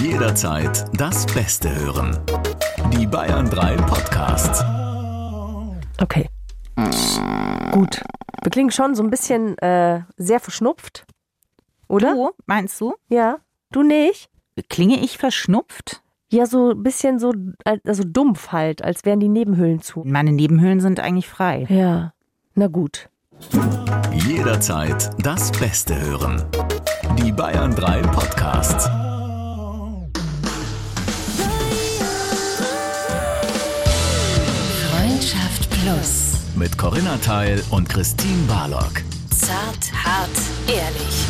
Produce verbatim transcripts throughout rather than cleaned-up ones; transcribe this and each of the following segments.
Jederzeit das Beste hören. Die Bayern drei Podcasts. Okay. Gut. Wir klingen schon so ein bisschen äh, sehr verschnupft, oder? Du, meinst du? Ja. Du nicht? Klinge ich verschnupft? Ja, so ein bisschen so, also dumpf halt, als wären die Nebenhöhlen zu. Meine Nebenhöhlen sind eigentlich frei. Ja. Na gut. Jederzeit das Beste hören. Die Bayern drei Podcasts. Freundschaft Plus. Mit Corinna Teil und Christine Barlock. Zart, hart, ehrlich.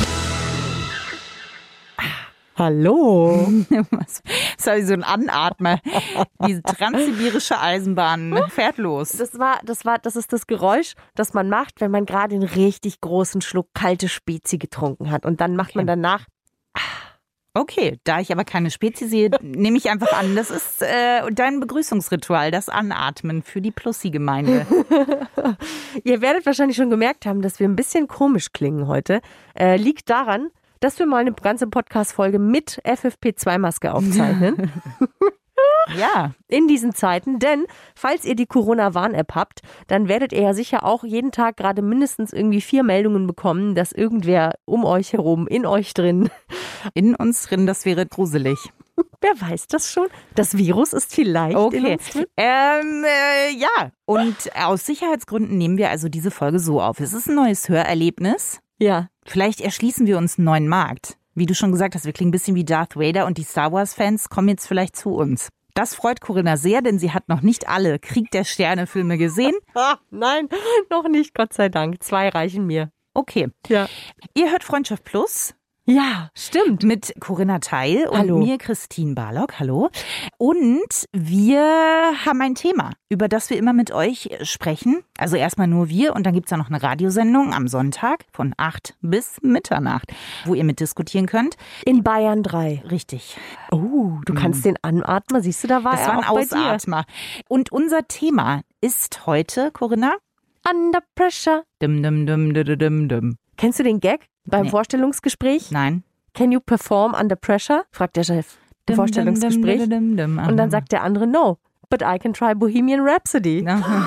Hallo. Was? Das war wie so ein Anatmer. Diese transsibirische Eisenbahn fährt los. Das war, das war, das ist das Geräusch, das man macht, wenn man gerade einen richtig großen Schluck kalte Spezi getrunken hat. Und dann macht Okay. man danach. Okay, da ich aber keine Spezie sehe, nehme ich einfach an, das ist äh, dein Begrüßungsritual, das Anatmen für die Plussi-Gemeinde. Ihr werdet wahrscheinlich schon gemerkt haben, dass wir ein bisschen komisch klingen heute. Äh, liegt daran, dass wir mal eine ganze Podcast-Folge mit F F P zwei Maske aufzeichnen. Ja. In diesen Zeiten, denn falls ihr die Corona-Warn-App habt, dann werdet ihr ja sicher auch jeden Tag gerade mindestens irgendwie vier Meldungen bekommen, dass irgendwer um euch herum, in euch drin, In uns drin, das wäre gruselig. wer weiß das schon? Das Virus ist vielleicht in Okay. uns drin. Ähm, äh, ja. Und aus Sicherheitsgründen nehmen wir also diese Folge so auf. Es ist ein neues Hörerlebnis. Ja. Vielleicht erschließen wir uns einen neuen Markt. Wie du schon gesagt hast, wir klingen ein bisschen wie Darth Vader und die Star Wars-Fans kommen jetzt vielleicht zu uns. Das freut Corinna sehr, denn sie hat noch nicht alle Krieg der Sterne-Filme gesehen. Ah, nein, noch nicht, Gott sei Dank. Zwei reichen mir. Okay. Ja. Ihr hört Freundschaft Plus Ja, stimmt. mit Corinna Teil und Hallo. mir, Christine Barlock. Hallo. Und wir haben ein Thema, über das wir immer mit euch sprechen. Also erstmal nur wir und dann gibt's ja noch eine Radiosendung am Sonntag von acht bis Mitternacht, wo ihr mitdiskutieren könnt. In Bayern drei. Richtig. Oh, du kannst den anatmen. Siehst du, da war Das er war ein auch bei dir. Ausatmer. Und unser Thema ist heute, Corinna, Under Pressure. dim, dim, dim, dim, dim, dim. Kennst du den Gag beim Nee. Vorstellungsgespräch? Nein. Can you perform under pressure? Fragt der Chef im Dim, Vorstellungsgespräch. dim, dim, dim, dim. Und dann sagt der andere, no, but I can try Bohemian Rhapsody. Na,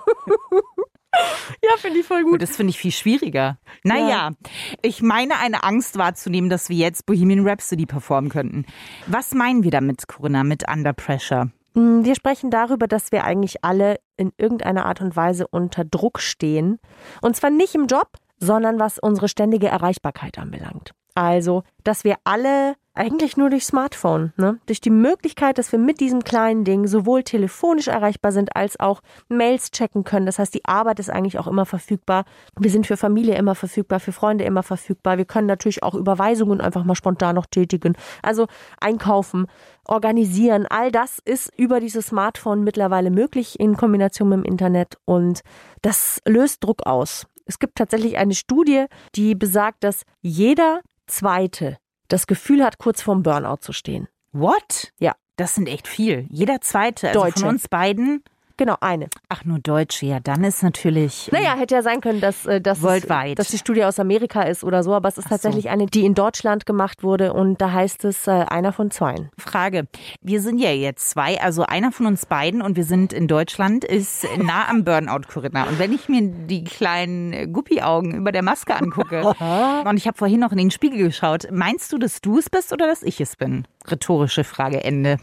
Ja, finde ich voll gut. das finde ich viel schwieriger. Naja, ich meine, eine Angst wahrzunehmen, dass wir jetzt Bohemian Rhapsody performen könnten. Was meinen wir damit, Corinna, mit Under Pressure? Wir sprechen darüber, dass wir eigentlich alle in irgendeiner Art und Weise unter Druck stehen. Und zwar nicht im Job, sondern was unsere ständige Erreichbarkeit anbelangt. Also, dass wir alle eigentlich nur durch Smartphone, ne? Durch die Möglichkeit, dass wir mit diesem kleinen Ding sowohl telefonisch erreichbar sind, als auch Mails checken können. Das heißt, die Arbeit ist eigentlich auch immer verfügbar. Wir sind für Familie immer verfügbar, für Freunde immer verfügbar. Wir können natürlich auch Überweisungen einfach mal spontan noch tätigen. Also einkaufen, organisieren, all das ist über dieses Smartphone mittlerweile möglich in Kombination mit dem Internet und das löst Druck aus. Es gibt tatsächlich eine Studie, die besagt, dass jeder Zweite das Gefühl hat, kurz vorm Burnout zu stehen. What? Ja. Das sind echt viel. Jeder Zweite, also Deutsche. von uns beiden. Genau, eine. Ach, nur Deutsche, ja, dann ist natürlich... Naja, hätte ja sein können, dass, äh, dass, Weltweit. Es, dass die Studie aus Amerika ist oder so, aber es ist Ach so. tatsächlich eine, die in Deutschland gemacht wurde und da heißt es äh, einer von zweien. Frage. Wir sind ja jetzt zwei, also einer von uns beiden und wir sind in Deutschland, ist nah am Burnout, Corinna. Und wenn ich mir die kleinen Guppi-Augen über der Maske angucke und ich habe vorhin noch in den Spiegel geschaut, meinst du, dass du es bist oder dass ich es bin? Rhetorische Frage, Ende.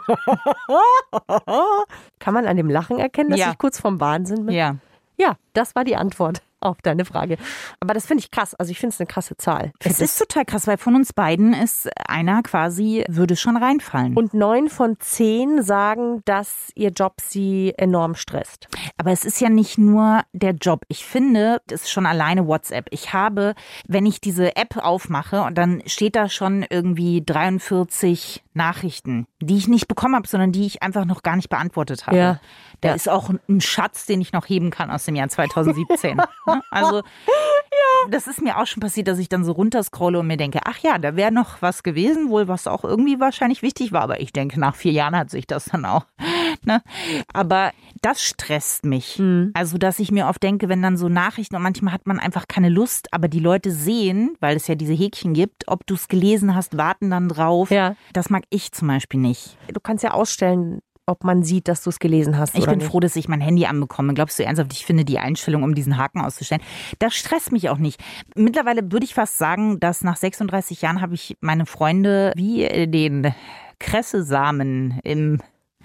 Kann man an dem Lachen erkennen, dass Ja. ich kurz vorm Wahnsinn bin? Ja. Ja, das war die Antwort auf deine Frage. Aber das finde ich krass. Also ich finde es eine krasse Zahl. Es ist total krass, weil von uns beiden ist einer quasi, würde schon reinfallen. Und neun von zehn sagen, dass ihr Job sie enorm stresst. Aber es ist ja nicht nur der Job. Ich finde, das ist schon alleine WhatsApp. Ich habe, wenn ich diese App aufmache und dann steht da schon irgendwie dreiundvierzig Nachrichten, die ich nicht bekommen habe, sondern die ich einfach noch gar nicht beantwortet habe. Ja. Da Ja. ist auch ein Schatz, den ich noch heben kann aus dem Jahr zweitausendsiebzehn. Also das ist mir auch schon passiert, dass ich dann so runterscrolle und mir denke, ach ja, da wäre noch was gewesen, wohl was auch irgendwie wahrscheinlich wichtig war. Aber ich denke, nach vier Jahren hat sich das dann auch Ne? Aber das stresst mich. Mhm. Also, dass ich mir oft denke, wenn dann so Nachrichten und manchmal hat man einfach keine Lust, aber die Leute sehen, weil es ja diese Häkchen gibt, ob du es gelesen hast, warten dann drauf. Ja. Das mag ich zum Beispiel nicht. Du kannst ja ausstellen, ob man sieht, dass du es gelesen hast Ich oder bin nicht. froh, dass ich mein Handy anbekomme. Glaubst du ernsthaft, ich finde die Einstellung, um diesen Haken auszustellen, das stresst mich auch nicht. Mittlerweile würde ich fast sagen, dass nach sechsunddreißig Jahren habe ich meine Freunde wie den Kressesamen im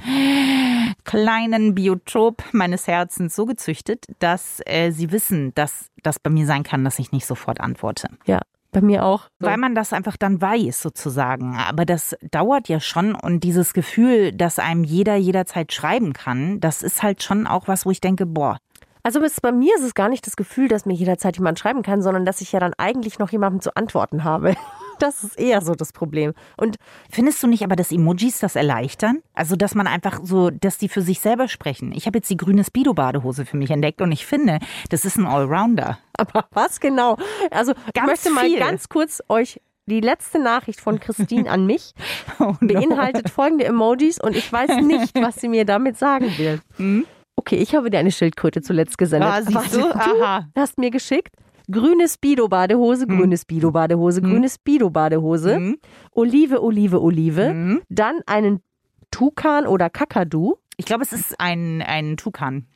kleinen Biotop meines Herzens so gezüchtet, dass äh, sie wissen, dass das bei mir sein kann, dass ich nicht sofort antworte. Ja, bei mir auch. So. Weil man das einfach dann weiß, sozusagen. Aber das dauert ja schon und dieses Gefühl, dass einem jeder jederzeit schreiben kann, das ist halt schon auch was, wo ich denke, boah. Also es, bei mir ist es gar nicht das Gefühl, dass mir jederzeit jemand schreiben kann, sondern dass ich ja dann eigentlich noch jemandem zu antworten habe. Das ist eher so das Problem. Und findest du nicht aber, dass Emojis das erleichtern? Also, dass man einfach so, dass die für sich selber sprechen. Ich habe jetzt die grüne Speedo-Badehose für mich entdeckt und ich finde, das ist ein Allrounder. Aber was genau? Also, ich Ganz möchte mal viel. ganz kurz euch die letzte Nachricht von Christine an mich Oh no. beinhaltet folgende Emojis und ich weiß nicht, was sie mir damit sagen will. Hm? Okay, ich habe dir eine Schildkröte zuletzt gesendet. Ah, siehst du? du Aha. hast mir geschickt grüne Speedo-Badehose, Hm. grüne Speedo-Badehose, Hm. grüne Speedo-Badehose, Hm? Olive, Olive, Olive, Hm? dann einen Tukan oder Kakadu, Ich glaube, es ist ein, ein Tukan.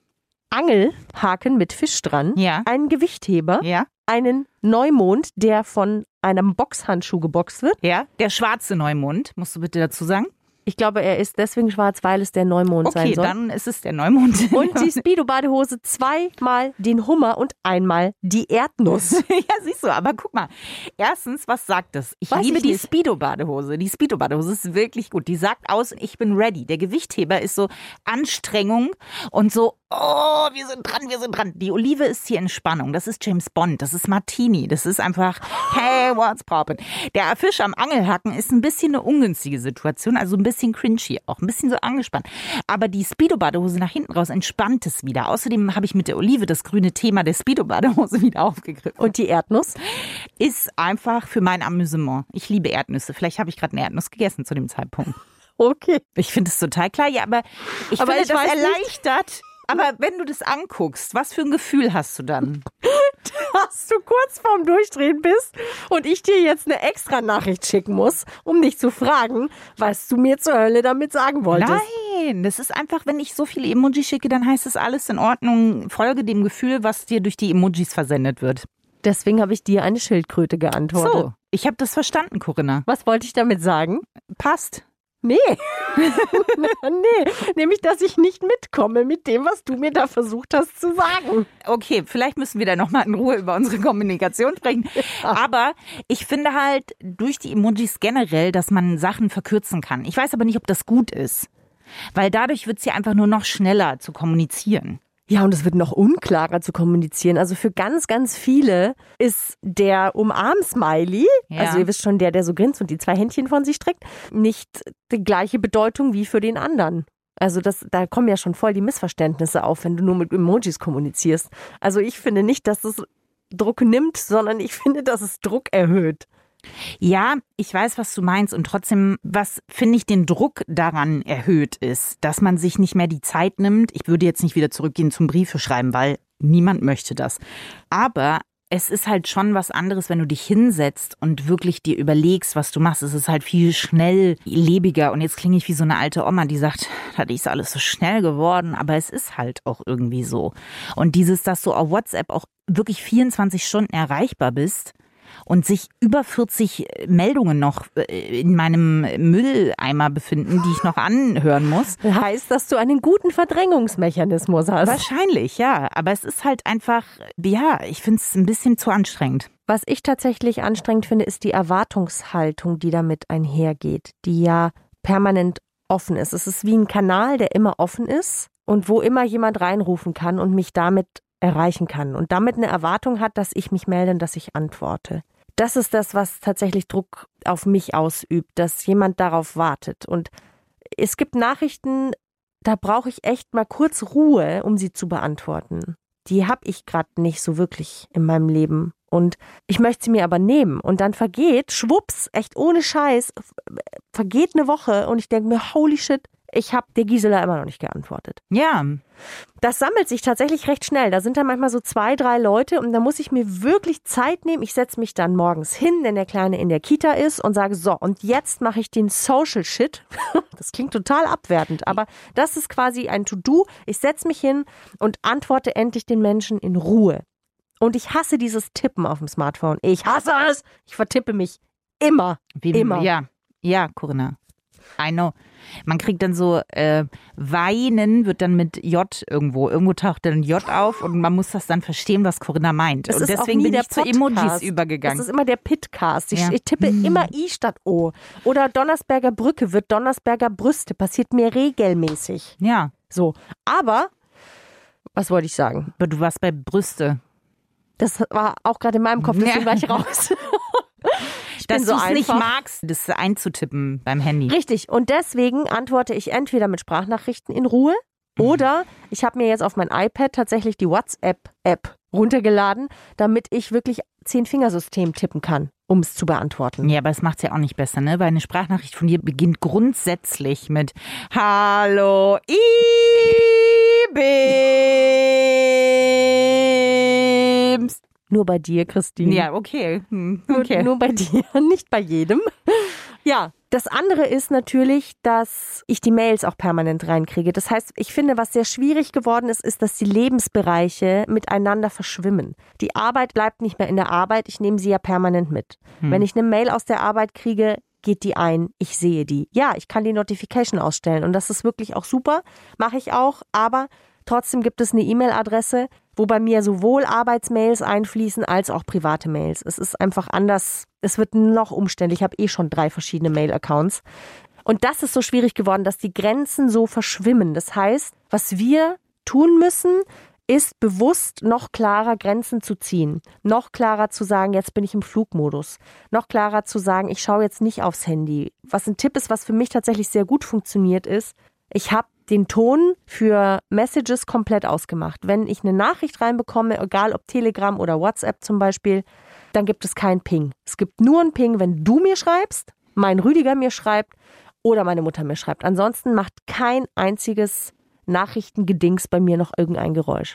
Angelhaken mit Fisch dran, Ja. einen Gewichtheber, Ja? einen Neumond, der von einem Boxhandschuh geboxt wird. Ja? Der schwarze Neumond, musst du bitte dazu sagen. Ich glaube, er ist deswegen schwarz, weil es der Neumond sein Okay, soll. dann ist es der Neumond. Und die Speedo-Badehose zweimal den Hummer und einmal die Erdnuss. Ja, siehst du, aber guck mal. Erstens, was sagt das? Ich Weiß liebe ich die nicht. Speedo-Badehose. Die Speedo-Badehose ist wirklich gut. Die sagt aus, ich bin ready. Der Gewichtheber ist so Anstrengung und so, oh, wir sind dran, wir sind dran. Die Olive ist hier Entspannung. Das ist James Bond. Das ist Martini. Das ist einfach, hey, what's poppin'? Der Fisch am Angelhaken ist ein bisschen eine ungünstige Situation, also ein bisschen cringy, auch ein bisschen so angespannt. Aber die Speedo-Badehose nach hinten raus entspannt es wieder. Außerdem habe ich mit der Olive das grüne Thema der Speedo-Badehose wieder aufgegriffen. Und die Erdnuss? Ist einfach für mein Amüsement. Ich liebe Erdnüsse. Vielleicht habe ich gerade eine Erdnuss gegessen zu dem Zeitpunkt. Okay. Ich finde es total klar. Ja, aber ich Aber finde, ich das weiß nicht- erleichtert. Aber wenn du das anguckst, was für ein Gefühl hast du dann? Dass du kurz vorm Durchdrehen bist und ich dir jetzt eine extra Nachricht schicken muss, um dich zu fragen, was du mir zur Hölle damit sagen wolltest. Nein, das ist einfach, wenn ich so viele Emojis schicke, dann heißt es alles in Ordnung. Folge dem Gefühl, was dir durch die Emojis versendet wird. Deswegen habe ich dir eine Schildkröte geantwortet. So, ich habe das verstanden, Corinna. Was wollte ich damit sagen? Passt. Nee. nee. Nämlich, dass ich nicht mitkomme mit dem, was du mir da versucht hast zu sagen. Okay, vielleicht müssen wir da nochmal in Ruhe über unsere Kommunikation sprechen. Aber ich finde halt durch die Emojis generell, dass man Sachen verkürzen kann. Ich weiß aber nicht, ob das gut ist. Weil dadurch wird es ja einfach nur noch schneller zu kommunizieren. Ja, und es wird noch unklarer zu kommunizieren. Also für ganz, ganz viele ist der Umarm-Smiley, Ja. also ihr wisst schon, der, der so grinst und die zwei Händchen von sich streckt, nicht die gleiche Bedeutung wie für den anderen. Also das, da kommen ja schon voll die Missverständnisse auf, wenn du nur mit Emojis kommunizierst. Also ich finde nicht, dass es Druck nimmt, sondern ich finde, dass es Druck erhöht. Ja, ich weiß, was du meinst und trotzdem, was finde ich den Druck daran erhöht ist, dass man sich nicht mehr die Zeit nimmt. Ich würde jetzt nicht wieder zurückgehen zum Briefe schreiben, weil niemand möchte das. Aber es ist halt schon was anderes, wenn du dich hinsetzt und wirklich dir überlegst, was du machst. Es ist halt viel schnelllebiger und jetzt klinge ich wie so eine alte Oma, die sagt, das ist alles so schnell geworden, aber es ist halt auch irgendwie so. Und dieses, dass du auf WhatsApp auch wirklich vierundzwanzig Stunden erreichbar bist, und sich über vierzig Meldungen noch in meinem Mülleimer befinden, die ich noch anhören muss. Heißt, dass du einen guten Verdrängungsmechanismus hast. Wahrscheinlich, ja. Aber es ist halt einfach, ja, ich finde es ein bisschen zu anstrengend. Was ich tatsächlich anstrengend finde, ist die Erwartungshaltung, die damit einhergeht, die ja permanent offen ist. Es ist wie ein Kanal, der immer offen ist und wo immer jemand reinrufen kann und mich damit erreichen kann und damit eine Erwartung hat, dass ich mich melde und dass ich antworte. Das ist das, was tatsächlich Druck auf mich ausübt, dass jemand darauf wartet. Und es gibt Nachrichten, da brauche ich echt mal kurz Ruhe, um sie zu beantworten. Die habe ich gerade nicht so wirklich in meinem Leben. Und ich möchte sie mir aber nehmen. Und dann vergeht, schwupps, echt ohne Scheiß, vergeht eine Woche und ich denke mir, holy shit, ich habe der Gisela immer noch nicht geantwortet. Ja. Das sammelt sich tatsächlich recht schnell. Da sind dann manchmal so zwei, drei Leute und da muss ich mir wirklich Zeit nehmen. Ich setze mich dann morgens hin, wenn der Kleine in der Kita ist und sage, so, und jetzt mache ich den Social Shit. Das klingt total abwertend, aber das ist quasi ein To-Do. Ich setze mich hin und antworte endlich den Menschen in Ruhe. Und ich hasse dieses Tippen auf dem Smartphone. Ich hasse es. Ich vertippe mich immer. Wie, immer. Ja, ja, Corinna. I know. Man kriegt dann so, äh, weinen wird dann mit J irgendwo. Irgendwo taucht dann J auf und man muss das dann verstehen, was Corinna meint. Das und ist deswegen auch nie bin der ich zu Podcast. Emojis übergegangen. Das ist immer der Pitcast. Ich, Ja. ich tippe immer I statt O. Oder Donnersberger Brücke wird Donnersberger Brüste. Passiert mir regelmäßig. Ja. So. Aber, was wollte ich sagen? Aber du warst bei Brüste. Das war auch gerade in meinem Kopf, deswegen Ja. war ich raus. Ich Dass bin so du es nicht einfach. magst, das einzutippen beim Handy. Richtig. Und deswegen antworte ich entweder mit Sprachnachrichten in Ruhe oder ich habe mir jetzt auf mein iPad tatsächlich die WhatsApp-App runtergeladen, damit ich wirklich Zehn-Fingersystem tippen kann, um es zu beantworten. Ja, aber es macht es ja auch nicht besser, ne? Weil eine Sprachnachricht von dir beginnt grundsätzlich mit Hallo, I-Bims. Nur bei dir, Christine. Ja, okay. Hm, Nur, okay. nur bei dir, nicht bei jedem. Ja, das andere ist natürlich, dass ich die Mails auch permanent reinkriege. Das heißt, ich finde, was sehr schwierig geworden ist, ist, dass die Lebensbereiche miteinander verschwimmen. Die Arbeit bleibt nicht mehr in der Arbeit, ich nehme sie ja permanent mit. Hm. Wenn ich eine Mail aus der Arbeit kriege, geht die ein, ich sehe die. Ja, ich kann die Notification ausstellen und das ist wirklich auch super, mache ich auch, aber trotzdem gibt es eine E-Mail-Adresse, wo bei mir sowohl Arbeitsmails einfließen als auch private Mails. Es ist einfach anders. Es wird noch umständlich. Ich habe eh schon drei verschiedene Mail-Accounts. Und das ist so schwierig geworden, dass die Grenzen so verschwimmen. Das heißt, was wir tun müssen, ist bewusst noch klarer Grenzen zu ziehen. Noch klarer zu sagen, jetzt bin ich im Flugmodus. Noch klarer zu sagen, ich schaue jetzt nicht aufs Handy. Was ein Tipp ist, was für mich tatsächlich sehr gut funktioniert, ist, ich habe den Ton für Messages komplett ausgemacht. Wenn ich eine Nachricht reinbekomme, egal ob Telegram oder WhatsApp zum Beispiel, dann gibt es keinen Ping. Es gibt nur einen Ping, wenn du mir schreibst, mein Rüdiger mir schreibt oder meine Mutter mir schreibt. Ansonsten macht kein einziges Nachrichtengedings bei mir noch irgendein Geräusch.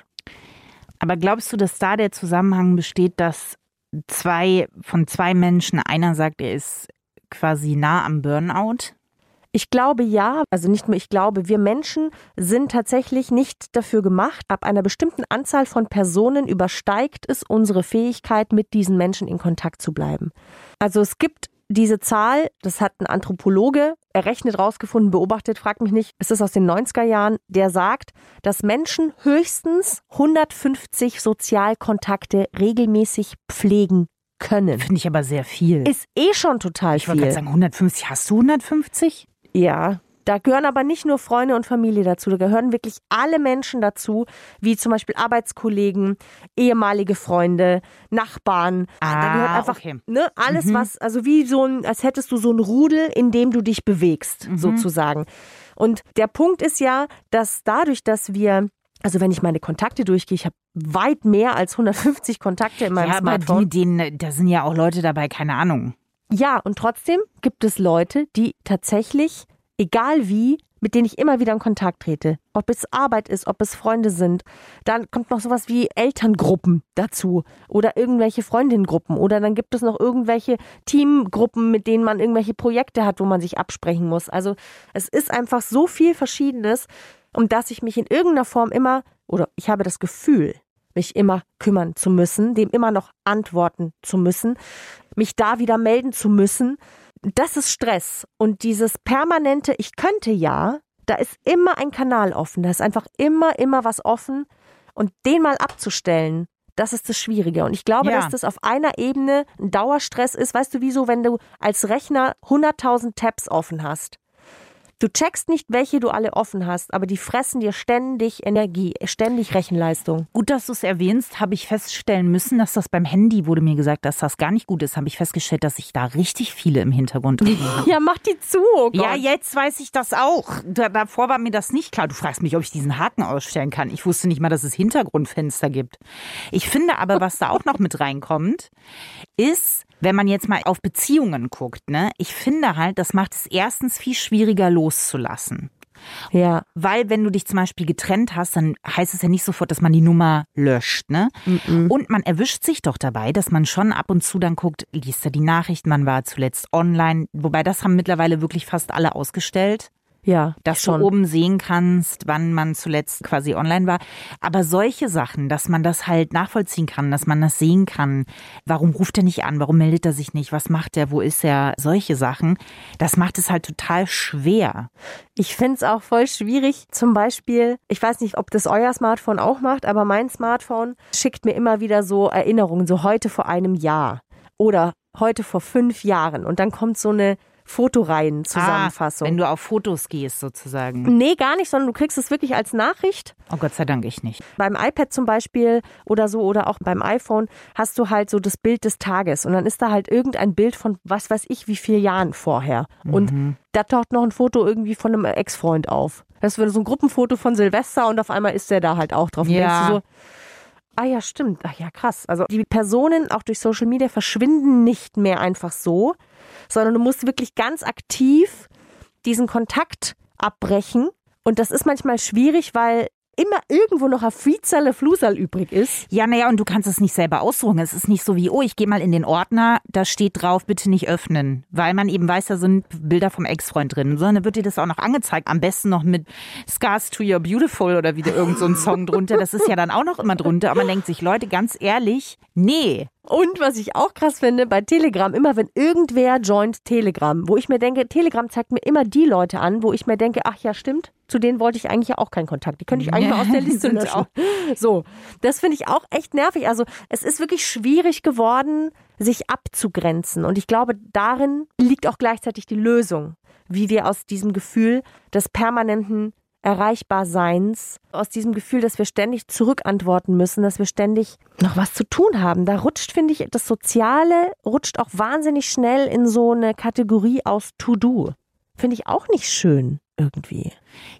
Aber glaubst du, dass da der Zusammenhang besteht, dass zwei von zwei Menschen, einer sagt, er ist quasi nah am Burnout? Ich glaube ja, also nicht nur ich glaube, wir Menschen sind tatsächlich nicht dafür gemacht. Ab einer bestimmten Anzahl von Personen übersteigt es unsere Fähigkeit, mit diesen Menschen in Kontakt zu bleiben. Also es gibt diese Zahl, das hat ein Anthropologe errechnet, rausgefunden, beobachtet, frag mich nicht, es ist aus den neunziger Jahren, der sagt, dass Menschen höchstens hundertfünfzig Sozialkontakte regelmäßig pflegen können. Finde ich aber sehr viel. Ist eh schon total Ich wollte viel. gerade sagen, hundertfünfzig. Hast du hundertfünfzig? Ja, da gehören aber nicht nur Freunde und Familie dazu, da gehören wirklich alle Menschen dazu, wie zum Beispiel Arbeitskollegen, ehemalige Freunde, Nachbarn. Ah, da gehört einfach okay. ne, alles, Mhm. was, also wie so ein, als hättest du so ein Rudel, in dem du dich bewegst, Mhm. sozusagen. Und der Punkt ist ja, dass dadurch, dass wir, also wenn ich meine Kontakte durchgehe, ich habe weit mehr als hundertfünfzig Kontakte in meinem Ja, aber Smartphone. die, denen, da sind ja auch Leute dabei, keine Ahnung. Ja, und trotzdem gibt es Leute, die tatsächlich, egal wie, mit denen ich immer wieder in Kontakt trete. Ob es Arbeit ist, ob es Freunde sind. Dann kommt noch sowas wie Elterngruppen dazu oder irgendwelche Freundinnengruppen oder dann gibt es noch irgendwelche Teamgruppen, mit denen man irgendwelche Projekte hat, wo man sich absprechen muss. Also es ist einfach so viel Verschiedenes, um das ich mich in irgendeiner Form immer, oder ich habe das Gefühl, mich immer kümmern zu müssen, dem immer noch antworten zu müssen, mich da wieder melden zu müssen. Das ist Stress. Und dieses permanente, ich könnte ja, da ist immer ein Kanal offen, da ist einfach immer, immer was offen. Und den mal abzustellen, das ist das Schwierige. Und ich glaube, Ja. dass das auf einer Ebene ein Dauerstress ist. Weißt du, wieso, wenn du als Rechner hunderttausend Tabs offen hast? Du checkst nicht, welche du alle offen hast, aber die fressen dir ständig Energie, ständig Rechenleistung. Gut, dass du es erwähnst, habe ich feststellen müssen, dass das beim Handy, wurde mir gesagt, dass das gar nicht gut ist, habe ich festgestellt, dass ich da richtig viele im Hintergrund habe. Ja, mach die zu. Oh Gott. Ja, jetzt weiß ich das auch. Da, davor war mir das nicht klar. Du fragst mich, ob ich diesen Haken ausstellen kann. Ich wusste nicht mal, dass es Hintergrundfenster gibt. Ich finde aber, was da auch noch mit reinkommt, ist, wenn man jetzt mal auf Beziehungen guckt, ne, ich finde halt, das macht es erstens viel schwieriger loszulassen. Ja. Weil wenn du dich zum Beispiel getrennt hast, dann heißt es ja nicht sofort, dass man die Nummer löscht. Ne? Mm-mm. Und man erwischt sich doch dabei, dass man schon ab und zu dann guckt, liest er die Nachrichten, man war zuletzt online. Wobei das haben mittlerweile wirklich fast alle ausgestellt. Ja, dass schon. du oben sehen kannst, wann man zuletzt quasi online war. Aber solche Sachen, dass man das halt nachvollziehen kann, dass man das sehen kann. Warum ruft er nicht an? Warum meldet er sich nicht? Was macht er? Wo ist er? Solche Sachen. Das macht es halt total schwer. Ich finde es auch voll schwierig. Zum Beispiel, ich weiß nicht, ob das euer Smartphone auch macht, aber mein Smartphone schickt mir immer wieder so Erinnerungen, so heute vor einem Jahr oder heute vor fünf Jahren. Und dann kommt so eine Fotoreihen-Zusammenfassung. Ah, wenn du auf Fotos gehst sozusagen. Nee, gar nicht, sondern du kriegst es wirklich als Nachricht. Oh Gott sei Dank, ich nicht. Beim iPad zum Beispiel oder so oder auch beim iPhone hast du halt so das Bild des Tages und dann ist da halt irgendein Bild von was weiß ich wie vielen Jahren vorher. Mhm. Und da taucht noch ein Foto irgendwie von einem Ex-Freund auf. Das ist so ein Gruppenfoto von Silvester und auf einmal ist der da halt auch drauf. Ja. Und denkst du so, ah ja, stimmt. Ach ja, krass. Also die Personen auch durch Social Media verschwinden nicht mehr einfach so, sondern du musst wirklich ganz aktiv diesen Kontakt abbrechen. Und das ist manchmal schwierig, weil immer irgendwo noch ein Friezalle Flusal übrig ist. Ja, naja, und du kannst es nicht selber aussuchen. Es ist nicht so wie, oh, ich gehe mal in den Ordner, da steht drauf, bitte nicht öffnen. Weil man eben weiß, da sind Bilder vom Ex-Freund drin. Sondern wird dir das auch noch angezeigt. Am besten noch mit Scars to Your Beautiful oder wieder irgend so ein Song drunter. Das ist ja dann auch noch immer drunter. Aber man denkt sich, Leute, ganz ehrlich, nee. Und was ich auch krass finde, bei Telegram, immer wenn irgendwer joint Telegram, wo ich mir denke, Telegram zeigt mir immer die Leute an, wo ich mir denke, ach ja, stimmt, zu denen wollte ich eigentlich ja auch keinen Kontakt. Die könnte ich eigentlich mal aus der Liste löschen. So, das finde ich auch echt nervig. Also es ist wirklich schwierig geworden, sich abzugrenzen. Und ich glaube, darin liegt auch gleichzeitig die Lösung, wie wir aus diesem Gefühl des permanenten Erreichbarseins, aus diesem Gefühl, dass wir ständig zurückantworten müssen, dass wir ständig noch was zu tun haben. Da rutscht, finde ich, das Soziale rutscht auch wahnsinnig schnell in so eine Kategorie aus To-Do. Finde ich auch nicht schön irgendwie.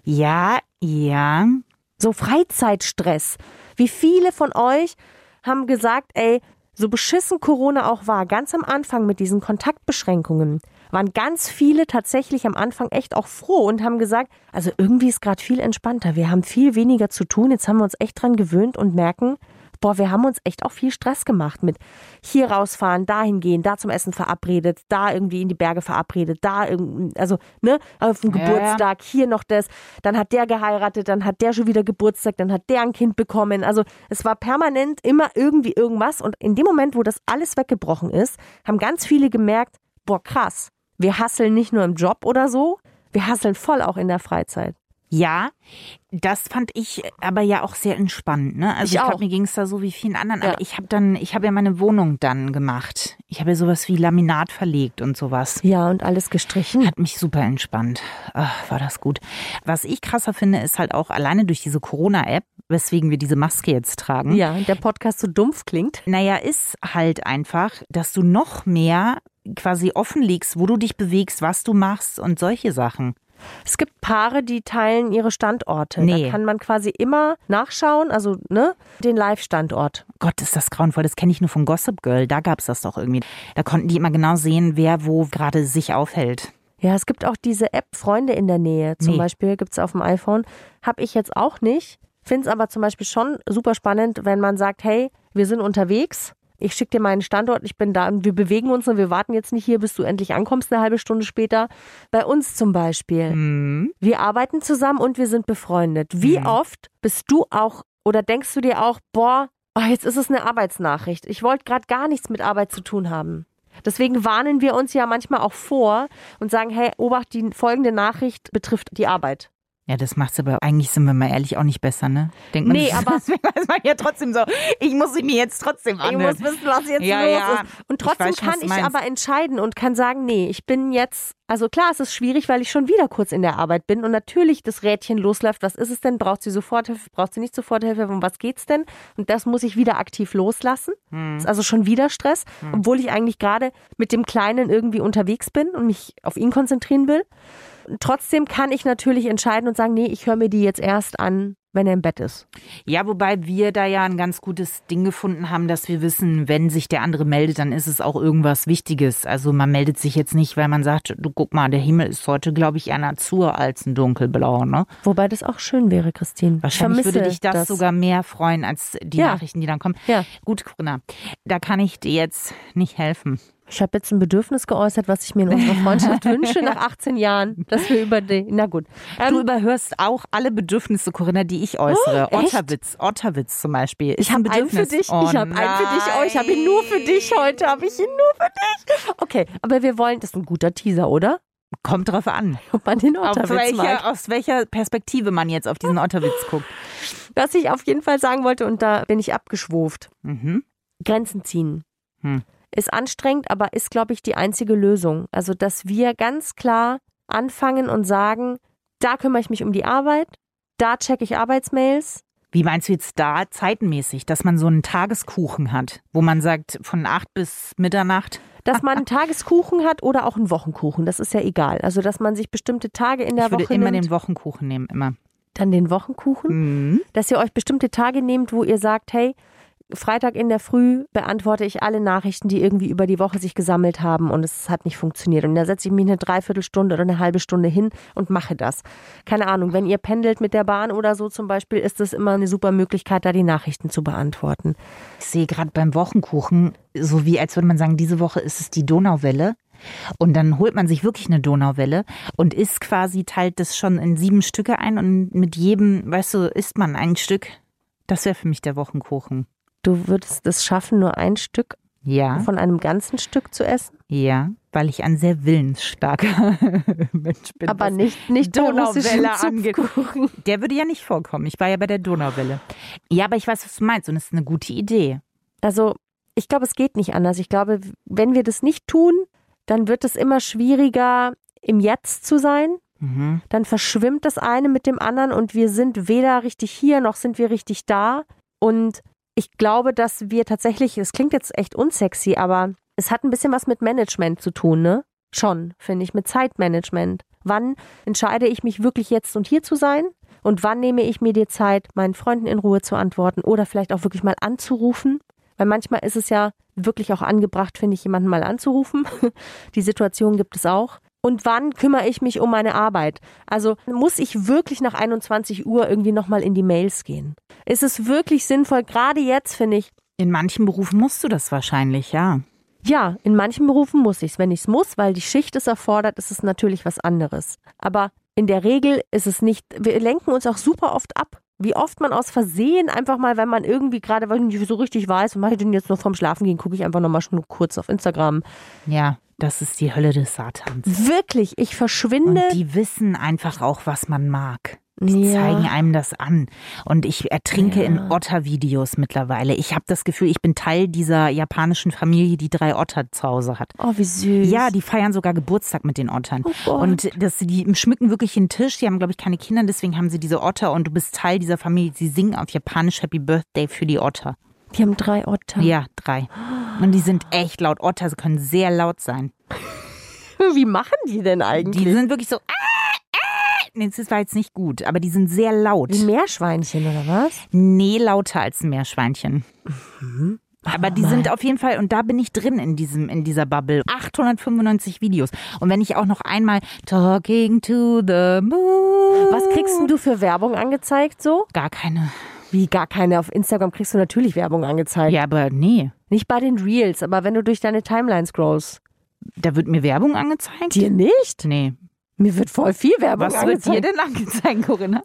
Ja, ja. So Freizeitstress. Wie viele von euch haben gesagt, ey, so beschissen Corona auch war, ganz am Anfang mit diesen Kontaktbeschränkungen, waren ganz viele tatsächlich am Anfang echt auch froh und haben gesagt, also irgendwie ist gerade viel entspannter, wir haben viel weniger zu tun, jetzt haben wir uns echt dran gewöhnt und merken, boah, wir haben uns echt auch viel Stress gemacht mit hier rausfahren, dahin gehen, da zum Essen verabredet, da irgendwie in die Berge verabredet, da irgendwie, also ne, auf dem ja, Geburtstag, hier noch das, dann hat der geheiratet, dann hat der schon wieder Geburtstag, dann hat der ein Kind bekommen, also es war permanent immer irgendwie irgendwas und in dem Moment, wo das alles weggebrochen ist, haben ganz viele gemerkt, boah krass, wir hustlen nicht nur im Job oder so, wir hustlen voll auch in der Freizeit. Ja, das fand ich aber ja auch sehr entspannt. Ne? Also ich ich, ich auch. glaube, mir ging es da so wie vielen anderen. Ja. Aber ich habe dann, ich habe ja meine Wohnung dann gemacht. Ich habe ja sowas wie Laminat verlegt und sowas. Ja, und alles gestrichen. Hat mich super entspannt. Ach, war das gut. Was ich krasser finde, ist halt auch alleine durch diese Corona-App, weswegen wir diese Maske jetzt tragen. Ja, der Podcast so dumpf klingt. Naja, ist halt einfach, dass du noch mehr quasi offenlegst, wo du dich bewegst, was du machst und solche Sachen. Es gibt Paare, die teilen ihre Standorte. Nee. Da kann man quasi immer nachschauen, also ne, den Live-Standort. Gott, ist das grauenvoll. Das kenne ich nur von Gossip Girl. Da gab es das doch irgendwie. Da konnten die immer genau sehen, wer wo gerade sich aufhält. Ja, es gibt auch diese App Freunde in der Nähe. Zum Nee. Beispiel gibt es auf dem iPhone. Habe ich jetzt auch nicht. Finde es aber zum Beispiel schon super spannend, wenn man sagt, hey, wir sind unterwegs. Ich schicke dir meinen Standort, ich bin da und wir bewegen uns und wir warten jetzt nicht hier, bis du endlich ankommst, eine halbe Stunde später. Bei uns zum Beispiel. Mhm. Wir arbeiten zusammen und wir sind befreundet. Wie Mhm. oft bist du auch oder denkst du dir auch, boah, oh, jetzt ist es eine Arbeitsnachricht. Ich wollte gerade gar nichts mit Arbeit zu tun haben. Deswegen warnen wir uns ja manchmal auch vor und sagen, hey, Obacht, die folgende Nachricht betrifft die Arbeit. Ja, das macht's aber eigentlich, sind wir mal ehrlich, auch nicht besser, ne? Denkt man, Nee, das, aber- deswegen weiß man ja trotzdem so, ich muss sie mir jetzt trotzdem Ich anhören. muss wissen, was jetzt Ja, los ja. ist. Und trotzdem Ich weiß schon, was kann du ich meinst. aber entscheiden und kann sagen, nee, ich bin jetzt, also klar, es ist schwierig, weil ich schon wieder kurz in der Arbeit bin und natürlich das Rädchen losläuft. Was ist es denn? Braucht sie Soforthilfe? Braucht sie nicht Soforthilfe? Um was geht's denn? Und das muss ich wieder aktiv loslassen. Hm. Ist also schon wieder Stress, obwohl ich eigentlich gerade mit dem Kleinen irgendwie unterwegs bin und mich auf ihn konzentrieren will. Trotzdem kann ich natürlich entscheiden und sagen, nee, ich höre mir die jetzt erst an, wenn er im Bett ist. Ja, wobei wir da ja ein ganz gutes Ding gefunden haben, dass wir wissen, wenn sich der andere meldet, dann ist es auch irgendwas Wichtiges. Also man meldet sich jetzt nicht, weil man sagt, du guck mal, der Himmel ist heute, glaube ich, eher ein Azur als ein dunkelblau, ne? Wobei das auch schön wäre, Christine. Wahrscheinlich Vermisse würde dich das, das sogar mehr freuen als die Ja. Nachrichten, die dann kommen. Ja. Gut, Corinna, da kann ich dir jetzt nicht helfen. Ich habe jetzt ein Bedürfnis geäußert, was ich mir in unserer Freundschaft wünsche nach achtzehn Jahren, dass wir über die, na gut. Ähm, Du überhörst auch alle Bedürfnisse, Corinna, die ich äußere. Oh, echt? Otterwitz, Otterwitz zum Beispiel. Ist ich habe ein einen für Bedürfnis. dich, Oh, ich habe einen für dich, oh, ich habe ihn nur für dich heute, habe ich ihn nur für dich. Okay, aber wir wollen, das ist ein guter Teaser, oder? Kommt drauf an, Ob man den auf Otterwitz mag. welcher, aus welcher Perspektive man jetzt auf diesen Otterwitz guckt. Was ich auf jeden Fall sagen wollte, und da bin ich abgeschwuft, Mhm. Grenzen ziehen. Hm. Ist anstrengend, aber ist, glaube ich, die einzige Lösung. Also, dass wir ganz klar anfangen und sagen, da kümmere ich mich um die Arbeit, da checke ich Arbeitsmails. Wie meinst du jetzt da zeitenmäßig, dass man so einen Tageskuchen hat, wo man sagt, von acht bis Mitternacht? Dass man einen Tageskuchen hat oder auch einen Wochenkuchen, das ist ja egal. Also, dass man sich bestimmte Tage in der Ich würde Woche immer nimmt. den Wochenkuchen nehmen, immer. Dann den Wochenkuchen. Mhm. Dass ihr euch bestimmte Tage nehmt, wo ihr sagt, hey, Freitag in der Früh beantworte ich alle Nachrichten, die irgendwie über die Woche sich gesammelt haben und es hat nicht funktioniert. Und da setze ich mich eine Dreiviertelstunde oder eine halbe Stunde hin und mache das. Keine Ahnung, wenn ihr pendelt mit der Bahn oder so zum Beispiel, ist das immer eine super Möglichkeit, da die Nachrichten zu beantworten. Ich sehe gerade beim Wochenkuchen, so wie als würde man sagen, diese Woche ist es die Donauwelle. Und dann holt man sich wirklich eine Donauwelle und isst quasi, teilt das schon in sieben Stücke ein und mit jedem, weißt du, isst man ein Stück. Das wäre für mich der Wochenkuchen. Du würdest es schaffen, nur ein Stück Ja, von einem ganzen Stück zu essen? ja, weil ich ein sehr willensstarker Mensch bin. Aber was nicht, nicht russischen Donauwelle angeht. Zupfkuchen. Der würde ja nicht vorkommen. Ich war ja bei der Donauwelle. Ja, aber ich weiß, was du meinst und es ist eine gute Idee. Also, ich glaube, es geht nicht anders. Ich glaube, wenn wir das nicht tun, dann wird es immer schwieriger, im Jetzt zu sein. Mhm. Dann verschwimmt das eine mit dem anderen und wir sind weder richtig hier, noch sind wir richtig da. Und ich glaube, dass wir tatsächlich, das klingt jetzt echt unsexy, aber es hat ein bisschen was mit Management zu tun, ne? Schon, finde ich, mit Zeitmanagement. Wann entscheide ich mich wirklich jetzt und hier zu sein? Und wann nehme ich mir die Zeit, meinen Freunden in Ruhe zu antworten oder vielleicht auch wirklich mal anzurufen? Weil manchmal ist es ja wirklich auch angebracht, finde ich, jemanden mal anzurufen. Die Situation gibt es auch. Und wann kümmere ich mich um meine Arbeit? Also muss ich wirklich nach einundzwanzig Uhr irgendwie nochmal in die Mails gehen? Ist es wirklich sinnvoll, gerade jetzt, finde ich, In manchen Berufen musst du das wahrscheinlich, ja. ja, in manchen Berufen muss ich es. Wenn ich es muss, weil die Schicht es erfordert, ist es natürlich was anderes. Aber in der Regel ist es nicht, wir lenken uns auch super oft ab. Wie oft man aus Versehen einfach mal, wenn man irgendwie gerade, weil ich nicht so richtig weiß, was mache ich denn jetzt noch vorm Schlafen gehen, gucke ich einfach nochmal schon kurz auf Instagram. Ja, das ist die Hölle des Satans. Wirklich, ich verschwinde. Und die wissen einfach auch, was man mag. Die Ja. zeigen einem das an. Und ich ertrinke Ja. in Otter-Videos mittlerweile. Ich habe das Gefühl, ich bin Teil dieser japanischen Familie, die drei Otter zu Hause hat. Oh, wie süß. Ja, die feiern sogar Geburtstag mit den Ottern. Oh Gott. Und das, die schmücken wirklich den Tisch. Die haben, glaube ich, keine Kinder, deswegen haben sie diese Otter und du bist Teil dieser Familie. Sie singen auf Japanisch Happy Birthday für die Otter. Die haben drei Otter. Ja, drei. Und die sind echt laut. Otter können sehr laut sein. Wie machen die denn eigentlich? Die sind wirklich so. Nee, das war jetzt nicht gut, aber die sind sehr laut. Wie Meerschweinchen oder was? Nee, lauter als ein Meerschweinchen. Mhm. Aber die sind auf jeden Fall, und da bin ich drin in diesem, in dieser Bubble. achthundertfünfundneunzig Videos. Und wenn ich auch noch einmal Talking to the Moon. Was kriegst denn du für Werbung angezeigt so? Gar keine. Wie gar keine. Auf Instagram kriegst du natürlich Werbung angezeigt. Ja, aber nee. Nicht bei den Reels, aber wenn du durch deine Timeline scrollst. Da wird mir Werbung angezeigt? Dir nicht? Nee. Mir wird voll viel Werbung Was wird angezeigt. dir denn angezeigt, Corinna?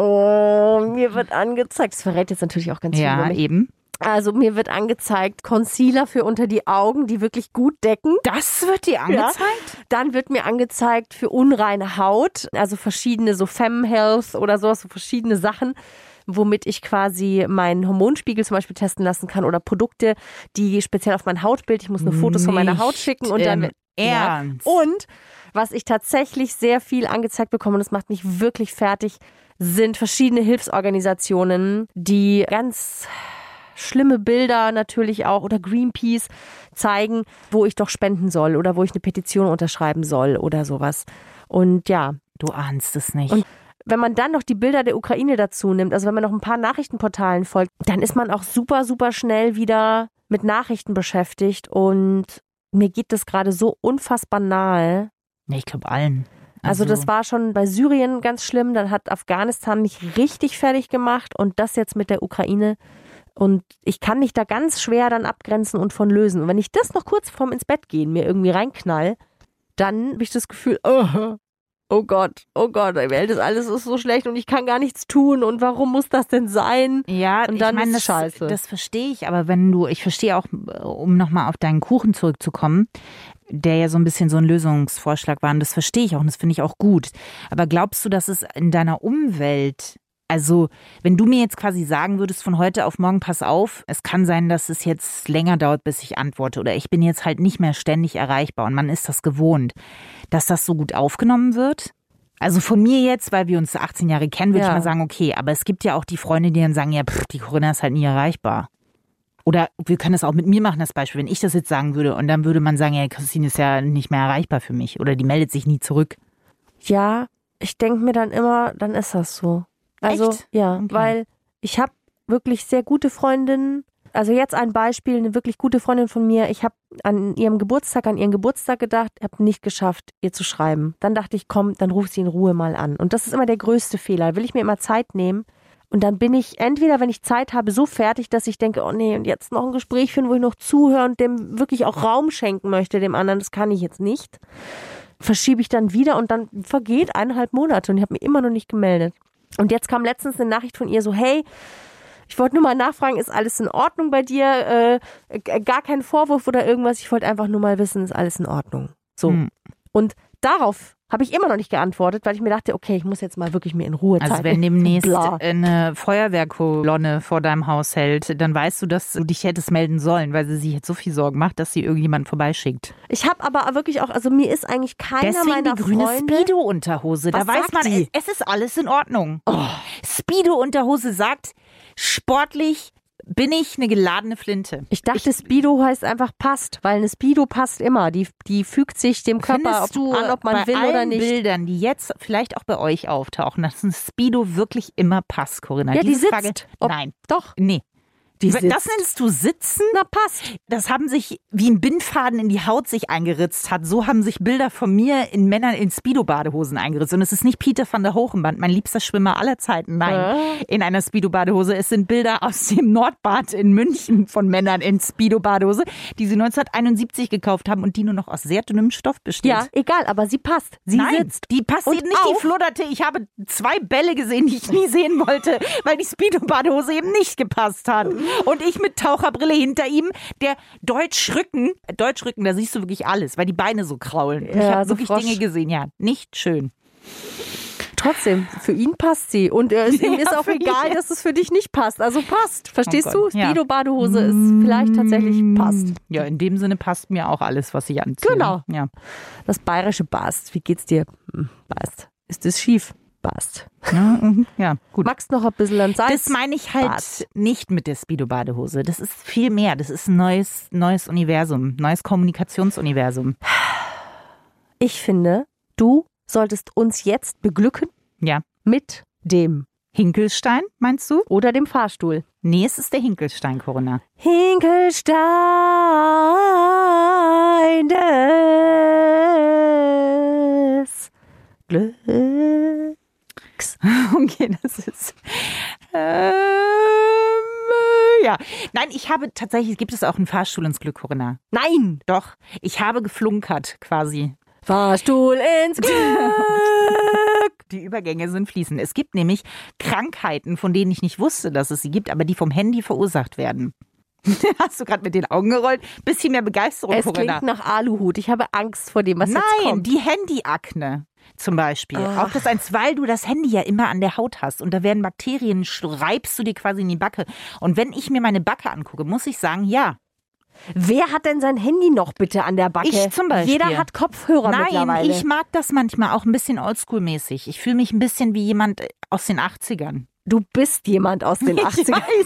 Oh, mir wird angezeigt. Das verrät jetzt natürlich auch ganz viel über Ja, mich. eben. Also mir wird angezeigt Concealer für unter die Augen, die wirklich gut decken. Das wird dir angezeigt? Dann wird mir angezeigt für unreine Haut, also verschiedene so Femme-Health oder sowas, so verschiedene Sachen, womit ich quasi meinen Hormonspiegel zum Beispiel testen lassen kann oder Produkte, die speziell auf mein Hautbild, ich muss nur Fotos von meiner Haut schicken und dann... im Ernst? Ja. Und was ich tatsächlich sehr viel angezeigt bekomme, und das macht mich wirklich fertig, sind verschiedene Hilfsorganisationen, die ganz schlimme Bilder natürlich auch oder Greenpeace zeigen, wo ich doch spenden soll oder wo ich eine Petition unterschreiben soll oder sowas. Und ja. Du ahnst es nicht. Und wenn man dann noch die Bilder der Ukraine dazu nimmt, also wenn man noch ein paar Nachrichtenportalen folgt, dann ist man auch super, super schnell wieder mit Nachrichten beschäftigt und mir geht das gerade so unfassbar nahe. Ja, ich glaube allen. Also, also das war schon bei Syrien ganz schlimm, dann hat Afghanistan mich richtig fertig gemacht und das jetzt mit der Ukraine. Und ich kann mich da ganz schwer dann abgrenzen und von lösen. Und wenn ich das noch kurz vorm ins Bett gehen mir irgendwie reinknall, dann habe ich das Gefühl, oh, oh Gott, oh Gott, die Welt ist alles ist so schlecht und ich kann gar nichts tun und warum muss das denn sein? Ja, und dann ich meine, ist das, scheiße. Das verstehe ich, aber wenn du, ich verstehe auch, um nochmal auf deinen Kuchen zurückzukommen, der ja so ein bisschen so ein Lösungsvorschlag war und das verstehe ich auch und das finde ich auch gut. Aber glaubst du, dass es in deiner Umwelt, also wenn du mir jetzt quasi sagen würdest von heute auf morgen, pass auf, es kann sein, dass es jetzt länger dauert, bis ich antworte oder ich bin jetzt halt nicht mehr ständig erreichbar und man ist das gewohnt, dass das so gut aufgenommen wird? Also von mir jetzt, weil wir uns achtzehn Jahre kennen, würde Ja. ich mal sagen, okay, aber es gibt ja auch die Freunde, die dann sagen, ja, pff, die Corinna ist halt nie erreichbar. Oder wir können das auch mit mir machen, das Beispiel, wenn ich das jetzt sagen würde und dann würde man sagen, ja, Christine ist ja nicht mehr erreichbar für mich oder die meldet sich nie zurück. Ja, ich denke mir dann immer, dann ist das so. Also Echt? ja, Okay. weil ich habe wirklich sehr gute Freundinnen. Also jetzt ein Beispiel, eine wirklich gute Freundin von mir. Ich habe an ihrem Geburtstag, an ihren Geburtstag gedacht, habe nicht geschafft, ihr zu schreiben. Dann dachte ich, komm, dann ruf sie in Ruhe mal an. Und das ist immer der größte Fehler. Will ich mir immer Zeit nehmen. Und dann bin ich entweder, wenn ich Zeit habe, so fertig, dass ich denke, oh nee, und jetzt noch ein Gespräch führen, wo ich noch zuhöre und dem wirklich auch Raum schenken möchte, dem anderen. Das kann ich jetzt nicht. Verschiebe ich dann wieder und dann vergeht eineinhalb Monate und ich habe mich immer noch nicht gemeldet. Und jetzt kam letztens eine Nachricht von ihr so, hey, ich wollte nur mal nachfragen, ist alles in Ordnung bei dir? Äh, gar kein Vorwurf oder irgendwas. Ich wollte einfach nur mal wissen, ist alles in Ordnung? So. Hm. Und darauf habe ich immer noch nicht geantwortet, weil ich mir dachte, okay, ich muss jetzt mal wirklich mir in Ruhe Zeit Also wenn nehmen. demnächst Bla. eine Feuerwehrkolonne vor deinem Haus hält, dann weißt du, dass du dich hättest melden sollen, weil sie sich jetzt so viel Sorgen macht, dass sie irgendjemand vorbeischickt. Ich habe aber wirklich auch, also mir ist eigentlich keiner Deswegen meiner die grüne Freunde... Speedo-Unterhose. Da Was weiß sagt man, die? es ist alles in Ordnung. Oh. Speedo-Unterhose sagt, sportlich bin ich eine geladene Flinte. Ich dachte, Speedo heißt einfach passt, weil eine Speedo passt immer. Die, die fügt sich dem Körper Findest du an, ob man bei will allen oder nicht. Bildern, die jetzt vielleicht auch bei euch auftauchen, dass ein Speedo wirklich immer passt, Corinna? Ja, die Diese sitzt. Frage, Ob- nein, Doch, nee. die Das sitzt. nennst du Sitzen? Na, passt. Das haben sich, wie ein Bindfaden in die Haut sich eingeritzt hat, so haben sich Bilder von mir in Männern in Speedo-Badehosen eingeritzt. Und es ist nicht Peter van der Hochenband, mein liebster Schwimmer aller Zeiten. Nein, Ja. in einer Speedo-Badehose. Es sind Bilder aus dem Nordbad in München von Männern in Speedo-Badehose, die sie neunzehnhunderteinundsiebzig gekauft haben und die nur noch aus sehr dünnem Stoff besteht. Ja, egal, aber sie passt. Sie Nein, sitzt. die passt Und eben nicht, auch- die fludderte. Ich habe zwei Bälle gesehen, die ich nie sehen wollte, weil die Speedo-Badehose eben nicht gepasst hat. Und ich mit Taucherbrille hinter ihm, der Deutschrücken, Deutschrücken, da siehst du wirklich alles, weil die Beine so kraulen. Und ich Ja, habe so wirklich Frosch. Dinge gesehen, ja, nicht schön. Trotzdem, für ihn passt sie. Und äh, es ihm Ja, ist auch für ihn, egal, ja. dass es für dich nicht passt. Also passt. Verstehst Oh Gott, du? ja. Speedo-Badehose ist vielleicht tatsächlich passt. Ja, in dem Sinne passt mir auch alles, was ich anziehe. Genau. Ja. Das bayerische passt. Wie geht's dir? Hm, passt. Ist es schief? Passt. Ja, mhm. ja, gut. Magst noch ein bisschen an Salz? Das meine ich halt Passt. nicht mit der Speedo-Badehose. Das ist viel mehr. Das ist ein neues, neues Universum, neues Kommunikationsuniversum. Ich finde, du solltest uns jetzt beglücken Ja. mit dem Hinkelstein, meinst du? oder dem Fahrstuhl. Nee, es ist der Hinkelstein, Corinna. Hinkelstein des Glücks. Okay, das ist. Ähm, äh, ja. Nein, ich habe tatsächlich, gibt es auch einen Fahrstuhl ins Glück, Corinna? Nein! Doch, ich habe geflunkert quasi. Fahrstuhl ins Glück. Die Übergänge sind fließend. Es gibt nämlich Krankheiten, von denen ich nicht wusste, dass es sie gibt, aber die vom Handy verursacht werden. Hast du gerade mit den Augen gerollt? Bisschen mehr Begeisterung, Es Corinna. klingt nach Aluhut. Ich habe Angst vor dem, was jetzt Nein, kommt. die Handyakne zum Beispiel. Ach. Auch das eins, weil du das Handy ja immer an der Haut hast und da werden Bakterien, reibst du dir quasi in die Backe. Und wenn ich mir meine Backe angucke, muss ich sagen, ja. Wer hat denn sein Handy noch bitte an der Backe? Ich zum Beispiel. Jeder hat Kopfhörer Nein, mittlerweile. ich mag das manchmal auch ein bisschen oldschool-mäßig. Ich fühle mich ein bisschen wie jemand aus den achtzigern. Du bist jemand aus den Ich achtzigern. weiß.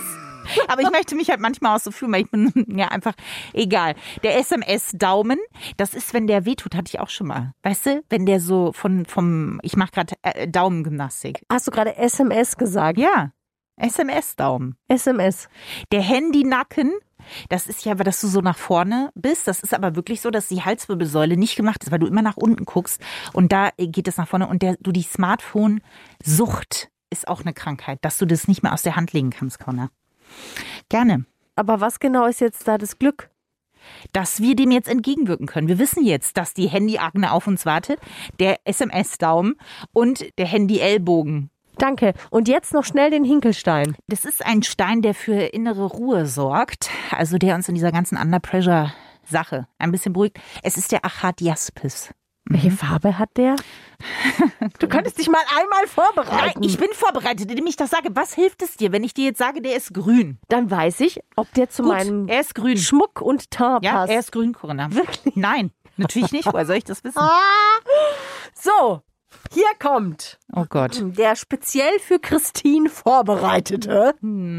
Aber ich möchte mich halt manchmal auch so fühlen, weil ich bin ja einfach egal. Der S M S-Daumen, das ist, wenn der wehtut, hatte ich auch schon mal. Weißt du, wenn der so von vom, ich mache gerade äh, Daumengymnastik. Hast du gerade S M S gesagt? Ja, S M S-Daumen. S M S. Der Handynacken, das ist ja, dass du so nach vorne bist. Das ist aber wirklich so, dass die Halswirbelsäule nicht gemacht ist, weil du immer nach unten guckst und da geht es nach vorne und der, du die Smartphone-Sucht ist auch eine Krankheit, dass du das nicht mehr aus der Hand legen kannst, Connor. Gerne. Aber was genau ist jetzt da das Glück? Dass wir dem jetzt entgegenwirken können. Wir wissen jetzt, dass die Handy-Akne auf uns wartet, der S M S-Daumen und der Handy-Ellbogen. Danke. Und jetzt noch schnell den Hinkelstein. Das ist ein Stein, der für innere Ruhe sorgt, also der uns in dieser ganzen Under-Pressure-Sache ein bisschen beruhigt. Es ist der Achatjaspis. Welche Farbe hat der? Du könntest dich mal einmal vorbereiten. Nein, ich bin vorbereitet, indem ich das sage. Was hilft es dir, wenn ich dir jetzt sage, der ist grün? Dann weiß ich, ob der zu Gut, meinem er ist grün. Schmuck und Teint Ja, passt. er ist grün, Corinna. Wirklich? Nein, natürlich nicht. Woher soll ich das wissen? So, hier kommt Oh Gott. der speziell für Christine vorbereitete.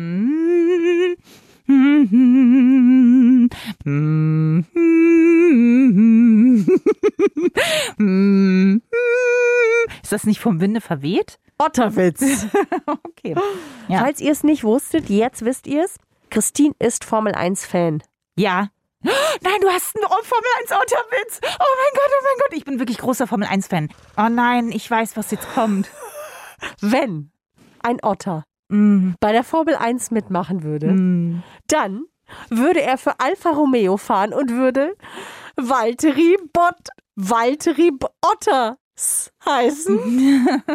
Ist das nicht vom Winde verweht? Otterwitz. Okay. Ja. Falls ihr es nicht wusstet, jetzt wisst ihr es. Christine ist Formel eins Fan. Ja. Nein, du hast einen Formel eins Otterwitz. Oh mein Gott, oh mein Gott. Ich bin wirklich großer Formel eins Fan. Oh nein, ich weiß, was jetzt kommt. Wenn ein Otter Mm. bei der Formel eins mitmachen würde, Mm. dann würde er für Alfa Romeo fahren und würde Valtteri Bott, Valtteri Bottas heißen.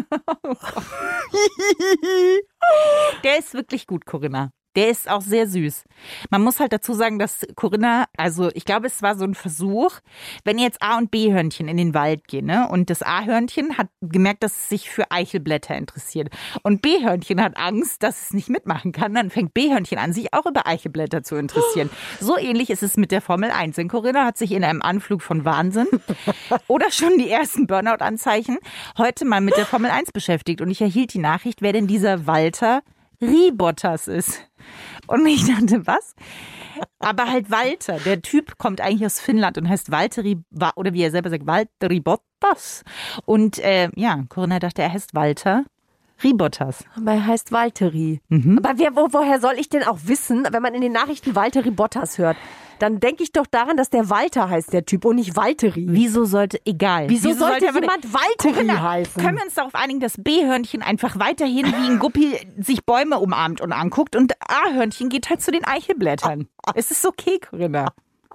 Der ist wirklich gut, Corinna. Der ist auch sehr süß. Man muss halt dazu sagen, dass Corinna, also ich glaube, es war so ein Versuch, wenn jetzt A- und B-Hörnchen in den Wald gehen, ne? Und das A-Hörnchen hat gemerkt, dass es sich für Eichelblätter interessiert. Und B-Hörnchen hat Angst, dass es nicht mitmachen kann. Dann fängt B-Hörnchen an, sich auch über Eichelblätter zu interessieren. So ähnlich ist es mit der Formel eins. Denn Corinna hat sich in einem Anflug von Wahnsinn oder schon die ersten Burnout-Anzeichen heute mal mit der Formel eins beschäftigt. Und ich erhielt die Nachricht, wer denn dieser Walter Bottas ist. Und ich dachte, was? Aber halt Walter, der Typ kommt eigentlich aus Finnland und heißt Valtteri, oder wie er selber sagt, Valtteri Bottas. Und äh, ja, Corinna dachte, er heißt Walter Bottas. Aber er heißt Valtteri. Mhm. Aber wer, wo, woher soll ich denn auch wissen, wenn man in den Nachrichten Valtteri Bottas hört? Dann denke ich doch daran, dass der Walter heißt, der Typ, und nicht Valtteri. Wieso sollte, egal. Wieso, Wieso sollte, sollte jemand Valtteri Corinna, heißen? Können wir uns darauf einigen, dass B-Hörnchen einfach weiterhin wie ein Guppi sich Bäume umarmt und anguckt und A-Hörnchen geht halt zu den Eichelblättern. Es ist okay, Corinna.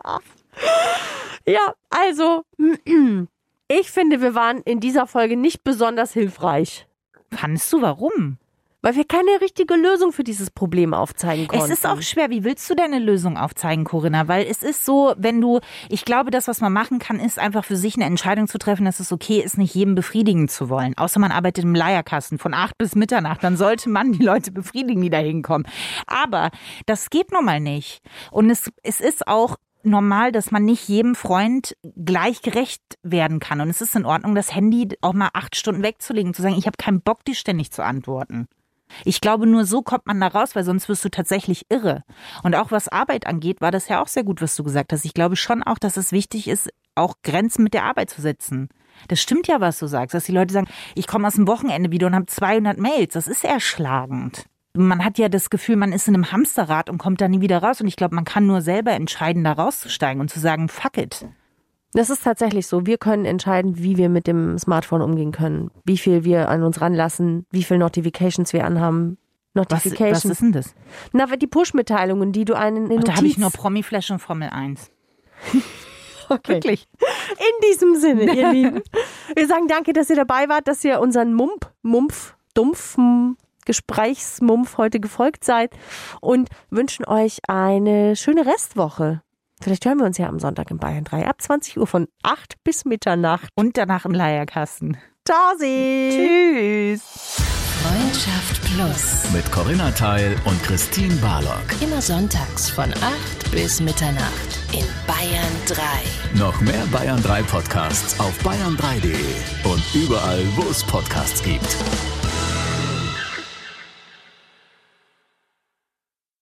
Ja, also, ich finde, wir waren in dieser Folge nicht besonders hilfreich. Fandest du, warum? Weil wir keine richtige Lösung für dieses Problem aufzeigen konnten. Es ist auch schwer. Wie willst du deine Lösung aufzeigen, Corinna? Weil es ist so, wenn du, ich glaube, das, was man machen kann, ist einfach für sich eine Entscheidung zu treffen, dass es okay ist, nicht jedem befriedigen zu wollen. Außer man arbeitet im Leierkasten von acht bis Mitternacht. Dann sollte man die Leute befriedigen, die da hinkommen. Aber das geht nun mal nicht. Und es, es ist auch normal, dass man nicht jedem Freund gleich gerecht werden kann. Und es ist in Ordnung, das Handy auch mal acht Stunden wegzulegen und zu sagen, ich habe keinen Bock, dir ständig zu antworten. Ich glaube, nur so kommt man da raus, weil sonst wirst du tatsächlich irre. Und auch was Arbeit angeht, war das ja auch sehr gut, was du gesagt hast. Ich glaube schon auch, dass es wichtig ist, auch Grenzen mit der Arbeit zu setzen. Das stimmt ja, was du sagst, dass die Leute sagen, ich komme aus dem Wochenende wieder und habe zweihundert Mails. Das ist erschlagend. Man hat ja das Gefühl, man ist in einem Hamsterrad und kommt da nie wieder raus. Und ich glaube, man kann nur selber entscheiden, da rauszusteigen und zu sagen, fuck it. Das ist tatsächlich so. Wir können entscheiden, wie wir mit dem Smartphone umgehen können. Wie viel wir an uns ranlassen, wie viel Notifications wir anhaben. Notifications. Was, was ist denn das? Na, die Push-Mitteilungen, die du einen in Ach, Notiz... da habe ich nur Promi-Flash und Formel eins. Okay. Wirklich. In diesem Sinne, ihr Lieben. Wir sagen danke, dass ihr dabei wart, dass ihr unseren Mump, Mumpf, dumpfen Gesprächsmumpf heute gefolgt seid und wünschen euch eine schöne Restwoche. Vielleicht hören wir uns ja am Sonntag in Bayern drei ab zwanzig Uhr von acht bis Mitternacht. Und danach im Leierkasten. Tschüssi. Tschüss. Freundschaft Plus. Mit Corinna Teil und Christine Barlock. Immer sonntags von acht bis Mitternacht in Bayern drei. Noch mehr Bayern drei Podcasts auf bayern drei punkt de und überall, wo es Podcasts gibt.